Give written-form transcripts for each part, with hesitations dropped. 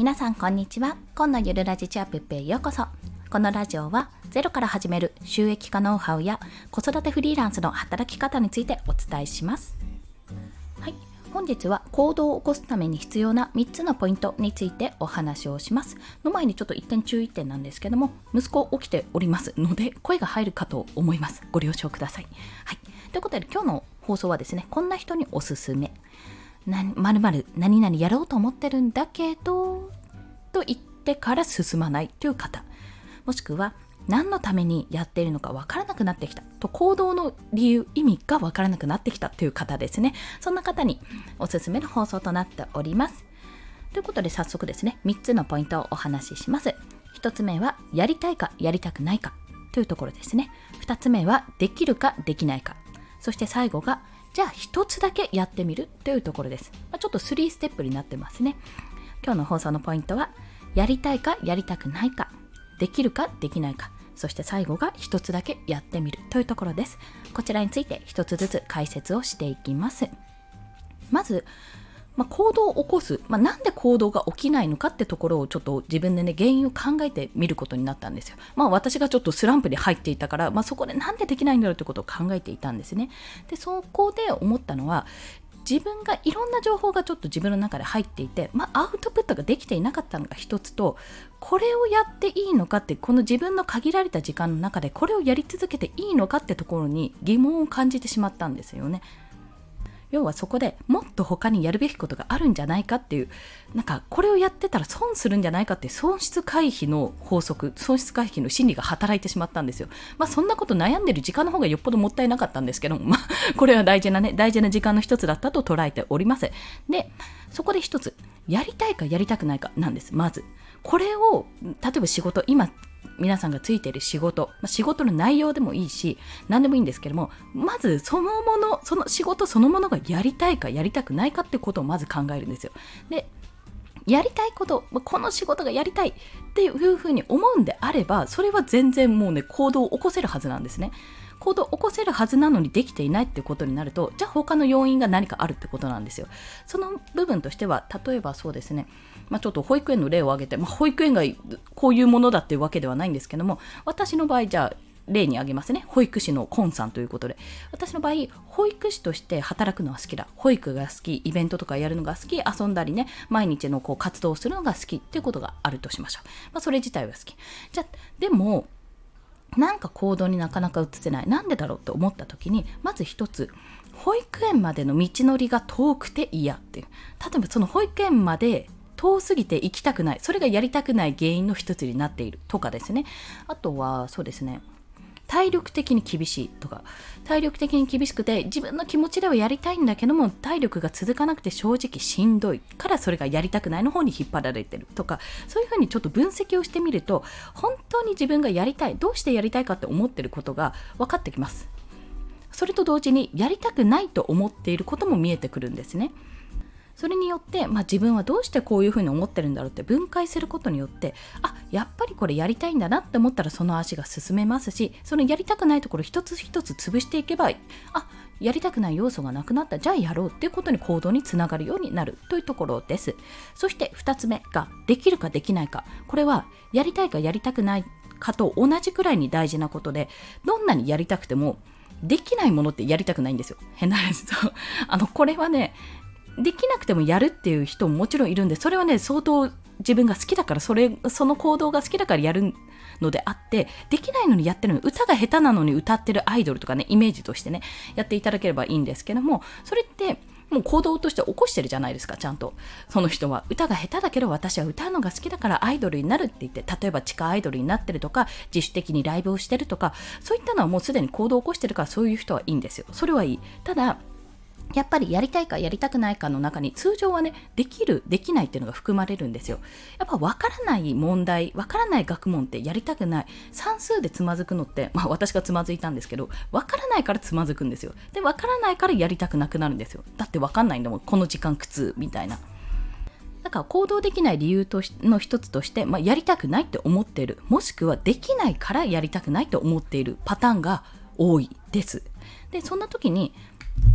皆さんこんにちは。今のゆるラジチアップへようこそ。このラジオはゼロから始める収益化ノウハウや子育てフリーランスの働き方についてお伝えします。はい、本日は行動を起こすために必要な3つのポイントについてお話をします。の前にちょっと一点注意点なんですけども、息子起きておりますので声が入るかと思います。ご了承ください。はい、ということで今日の放送はですね、こんな人におすすめ。〇〇何々やろうと思ってるんだけどと言ってから進まないという方、もしくは何のためにやっているのか分からなくなってきたと、行動の理由意味が分からなくなってきたという方ですね。そんな方におすすめの放送となっております。ということで早速ですね、3つのポイントをお話しします。1つ目はやりたいかやりたくないかというところですね。2つ目はできるかできないか、そして最後がじゃあ一つだけやってみるというところです。ちょっと3ステップになってますね。今日の放送のポイントはやりたいかやりたくないか、できるかできないか、そして最後が一つだけやってみるというところです。こちらについて一つずつ解説をしていきます。まず行動を起こす、なんで行動が起きないのかってところをちょっと自分でね、原因を考えてみることになったんですよ。私がちょっとスランプに入っていたから、そこでなんでできないんだろうってことを考えていたんですね。で、そこで思ったのは、自分がいろんな情報がちょっと自分の中で入っていて、アウトプットができていなかったのが一つと、これをやっていいのかって、この自分の限られた時間の中でこれをやり続けていいのかってところに疑問を感じてしまったんですよね。要はそこでもっと他にやるべきことがあるんじゃないかっていう、これをやってたら損するんじゃないかっていう損失回避の法則、損失回避の心理が働いてしまったんですよ。そんなこと悩んでる時間の方がよっぽどもったいなかったんですけども、これは大事な時間の一つだったと捉えております。で、そこで一つ、やりたいかやりたくないかなんです。まずこれを、例えば仕事、今皆さんがついている仕事の内容でもいいし何でもいいんですけども、まずその仕事そのものがやりたいかやりたくないかってことをまず考えるんですよ。で、やりたいこと、この仕事がやりたいっていうふうに思うんであれば、それは全然もうね、行動を起こせるはずなんですね。行動を起こせるはずなのにできていないってことになると、じゃあ他の要因が何かあるってことなんですよ。その部分としては、例えばそうですね、ちょっと保育園の例を挙げて、保育園がこういうものだっていうわけではないんですけども、私の場合じゃあ例に挙げますね。保育士のコンさんということで、私の場合保育士として働くのは好きだ、保育が好き、イベントとかやるのが好き、遊んだりね、毎日の活動をするのが好きっていうことがあるとしましょう。それ自体は好き。じゃあでも行動になかなか移せない、なんでだろうと思った時に、まず一つ、保育園までの道のりが遠くて嫌っていう。例えばその保育園まで遠すぎて行きたくない、それがやりたくない原因の一つになっているとかですね。あとはそうですね、体力的に厳しいとか、体力的に厳しくて自分の気持ちではやりたいんだけども体力が続かなくて正直しんどいからそれがやりたくないの方に引っ張られてるとか、そういうふうにちょっと分析をしてみると、本当に自分がやりたい、どうしてやりたいかって思ってることが分かってきます。それと同時にやりたくないと思っていることも見えてくるんですね。それによって、自分はどうしてこういうふうに思ってるんだろうって分解することによって、やっぱりこれやりたいんだなって思ったらその足が進めますし、そのやりたくないところ一つ一つ潰していけば、やりたくない要素がなくなった、じゃあやろうっていうことに行動につながるようになるというところです。そして2つ目ができるかできないか。これはやりたいかやりたくないかと同じくらいに大事なことで、どんなにやりたくてもできないものってやりたくないんですよ。変な話。これはね、できなくてもやるっていう人ももちろんいるんで、それはね、相当自分が好きだから、その行動が好きだからやるのであって、できないのにやってるの、歌が下手なのに歌ってるアイドルとかね、イメージとしてね、やっていただければいいんですけども、それってもう行動として起こしてるじゃないですか。ちゃんとその人は歌が下手だけど私は歌うのが好きだからアイドルになるって言って、例えば地下アイドルになってるとか、自主的にライブをしてるとか、そういったのはもうすでに行動を起こしてるから、そういう人はいいんですよ。それはいい。ただやっぱりやりたいかやりたくないかの中に、通常はね、できるできないっていうのが含まれるんですよ。やっぱ分からない問題、分からない学問ってやりたくない。算数でつまずくのって、私がつまずいたんですけど、分からないからつまずくんですよ。で、分からないからやりたくなくなるんですよ。だって分かんないんだもん、この時間苦痛みたいな。だから行動できない理由の一つとして、やりたくないって思っている、もしくはできないからやりたくないと思っているパターンが多いです。で、そんな時に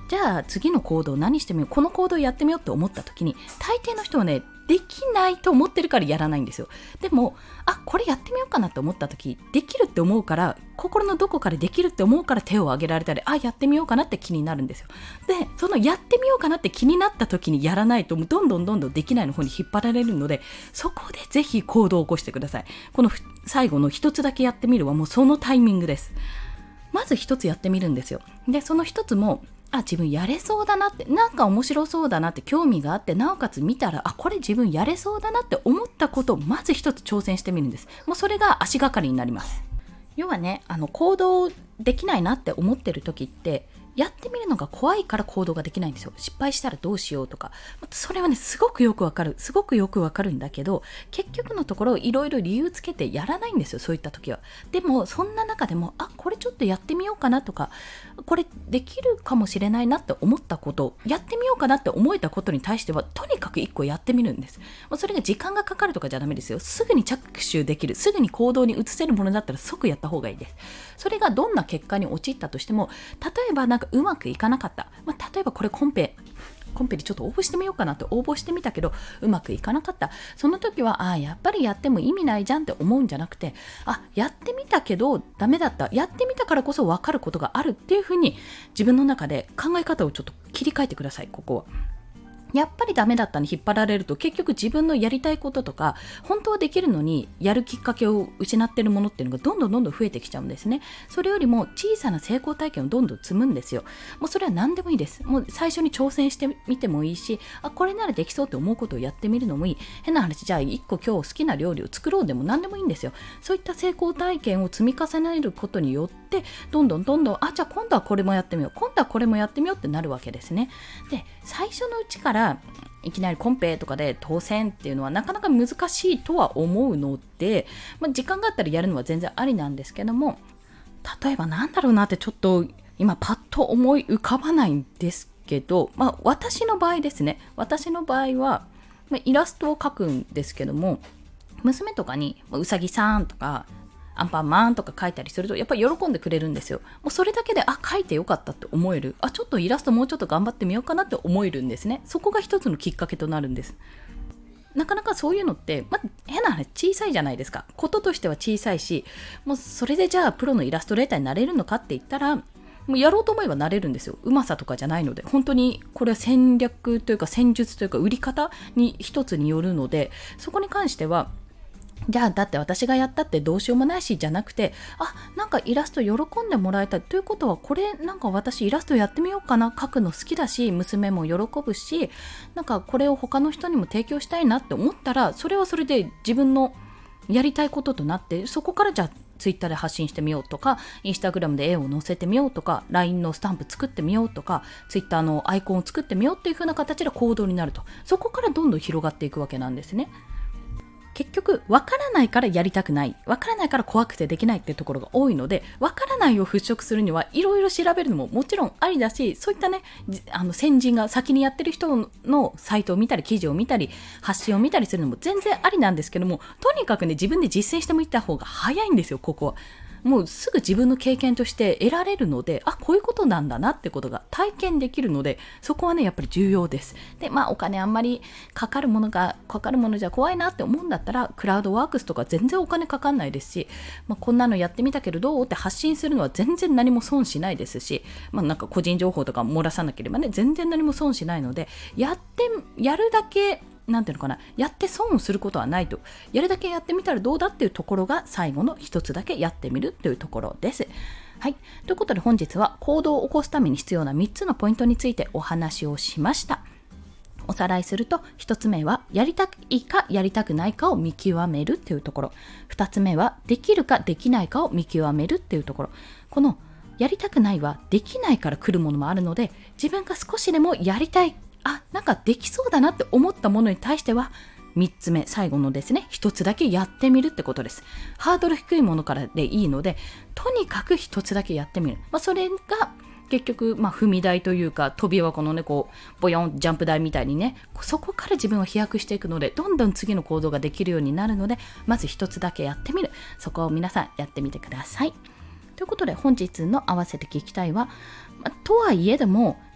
じゃあ次の行動何してみよう、この行動やってみようって思った時に、大抵の人はね、できないと思ってるからやらないんですよ。でもこれやってみようかなって思った時、できるって思うから、心のどこかでできるって思うから手を挙げられたり、やってみようかなって気になるんですよ。でそのやってみようかなって気になった時にやらないと、どんどんできないの方に引っ張られるので、そこでぜひ行動を起こしてください。この最後の一つだけやってみるはもうそのタイミングです。まず一つやってみるんですよ。でその一つも自分やれそうだなって、なんか面白そうだなって興味があって、なおかつ見たらこれ自分やれそうだなって思ったことをまず一つ挑戦してみるんです。もうそれが足がかりになります。要はね、行動できないなって思ってる時って、やってみるのが怖いから行動ができないんですよ。失敗したらどうしようとか、それはねすごくよくわかるんだけど、結局のところいろいろ理由つけてやらないんですよ、そういった時は。でもそんな中でもこれちょっとやってみようかなとか、これできるかもしれないなって思ったこと、やってみようかなって思えたことに対しては、とにかく一個やってみるんです。それが時間がかかるとかじゃダメですよ。すぐに着手できる、すぐに行動に移せるものだったら即やった方がいいです。それがどんな結果に陥ったとしても、例えばうまくいかなかった、例えばこれコンペでちょっと応募してみようかなって応募してみたけどうまくいかなかった。その時はやっぱりやっても意味ないじゃんって思うんじゃなくて、やってみたけどダメだった、やってみたからこそ分かることがあるっていうふうに自分の中で考え方をちょっと切り替えてください。ここはやっぱりダメだったに引っ張られると、結局自分のやりたいこととか本当はできるのにやるきっかけを失っているものっていうのがどんどん増えてきちゃうんですね。それよりも小さな成功体験をどんどん積むんですよ。もうそれは何でもいいです。もう最初に挑戦してみてもいいし、これならできそうって思うことをやってみるのもいい。変な話、じゃあ1個今日好きな料理を作ろうでも何でもいいんですよ。そういった成功体験を積み重ねることによってどんどんじゃあ今度はこれもやってみよう、今度はこれもやってみようってなるわけですね。で最初のうちからいきなりコンペとかで当選っていうのはなかなか難しいとは思うので、時間があったらやるのは全然ありなんですけども、例えばなんだろうなってちょっと今パッと思い浮かばないんですけど、私の場合ですね、私の場合はイラストを描くんですけども、娘とかにうさぎさんとかアンパンマンとか書いたりするとやっぱり喜んでくれるんですよ。もうそれだけで書いてよかったって思える、ちょっとイラストもうちょっと頑張ってみようかなって思えるんですね。そこが一つのきっかけとなるんです。なかなかそういうのって、変な話小さいじゃないですか。こととしては小さいし、もうそれでじゃあプロのイラストレーターになれるのかって言ったら、もうやろうと思えばなれるんですよ。うまさとかじゃないので、本当にこれは戦略というか戦術というか売り方に一つによるので、そこに関してはじゃあだって私がやったってどうしようもないしじゃなくて、なんかイラスト喜んでもらえたということは、これなんか私イラストやってみようかな、描くの好きだし娘も喜ぶし、なんかこれを他の人にも提供したいなって思ったら、それはそれで自分のやりたいこととなって、そこからじゃあツイッターで発信してみようとか、インスタグラムで絵を載せてみようとか、 LINE のスタンプ作ってみようとか、ツイッターのアイコンを作ってみようっていう風な形で行動になると、そこからどんどん広がっていくわけなんですね。結局分からないからやりたくない、分からないから怖くてできないっていうところが多いので、分からないを払拭するにはいろいろ調べるのももちろんありだし、そういったね先人が先にやってる人のサイトを見たり記事を見たり発信を見たりするのも全然ありなんですけども、とにかくね自分で実践してみた方が早いんですよ。ここはもうすぐ自分の経験として得られるので、こういうことなんだなってことが体験できるので、そこはねやっぱり重要です。でお金あんまりかかるものじゃ怖いなって思うんだったら、クラウドワークスとか全然お金かかんないですし、こんなのやってみたけどどうって発信するのは全然何も損しないですし、なんか個人情報とか漏らさなければね全然何も損しないので、やるだけなんていうのかな、やって損をすることはないと、やるだけやってみたらどうだっていうところが最後の一つだけやってみるというところです。はい、ということで本日は行動を起こすために必要な3つのポイントについてお話をしました。おさらいすると、1つ目はやりたいかやりたくないかを見極めるというところ、2つ目はできるかできないかを見極めるというところ。このやりたくないはできないから来るものもあるので、自分が少しでもやりたい、なんかできそうだなって思ったものに対しては、3つ目最後のですね、1つだけやってみるってことです。ハードル低いものからでいいので、とにかく1つだけやってみる。それが結局踏み台というか、飛び箱のねボヨンジャンプ台みたいにね、そこから自分は飛躍していくので、どんどん次の行動ができるようになるので、まず1つだけやってみる、そこを皆さんやってみてください。ということで本日の合わせて聞きたいは、とはいえでも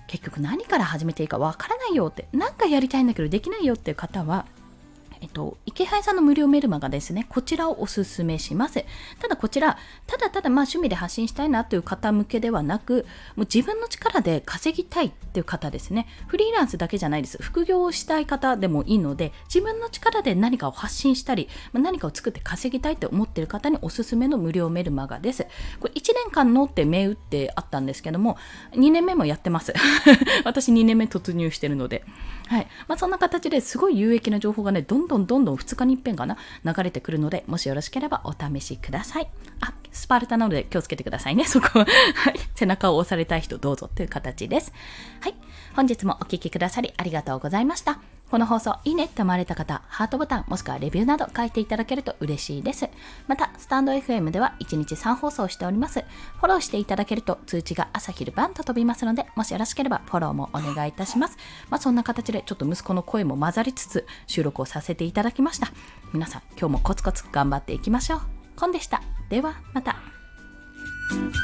結局何から始めていいかわからないよって、なんかやりたいんだけどできないよっていう方は、池原さんの無料メルマガですね。こちらをおすすめします。ただこちら、ただ趣味で発信したいなという方向けではなく、もう自分の力で稼ぎたいっていう方ですね。フリーランスだけじゃないです。副業をしたい方でもいいので、自分の力で何かを発信したり、何かを作って稼ぎたいって思っている方におすすめの無料メルマガです。これ1年間のって銘打ってあったんですけども、2年目もやってます。私2年目突入してるので。はい。そんな形ですごい有益な情報がね、どんどん2日に一遍かな、流れてくるので、もしよろしければお試しください。スパルタなので気をつけてくださいね、そこは。はい。背中を押されたい人どうぞという形です。はい。本日もお聞きくださりありがとうございました。この放送いいねって思われた方、ハートボタンもしくはレビューなど書いていただけると嬉しいです。また、スタンド FM では1日3放送しております。フォローしていただけると通知が朝昼晩と飛びますので、もしよろしければフォローもお願いいたします。そんな形でちょっと息子の声も混ざりつつ収録をさせていただきました。皆さん、今日もコツコツ頑張っていきましょう。コンでした。ではまた。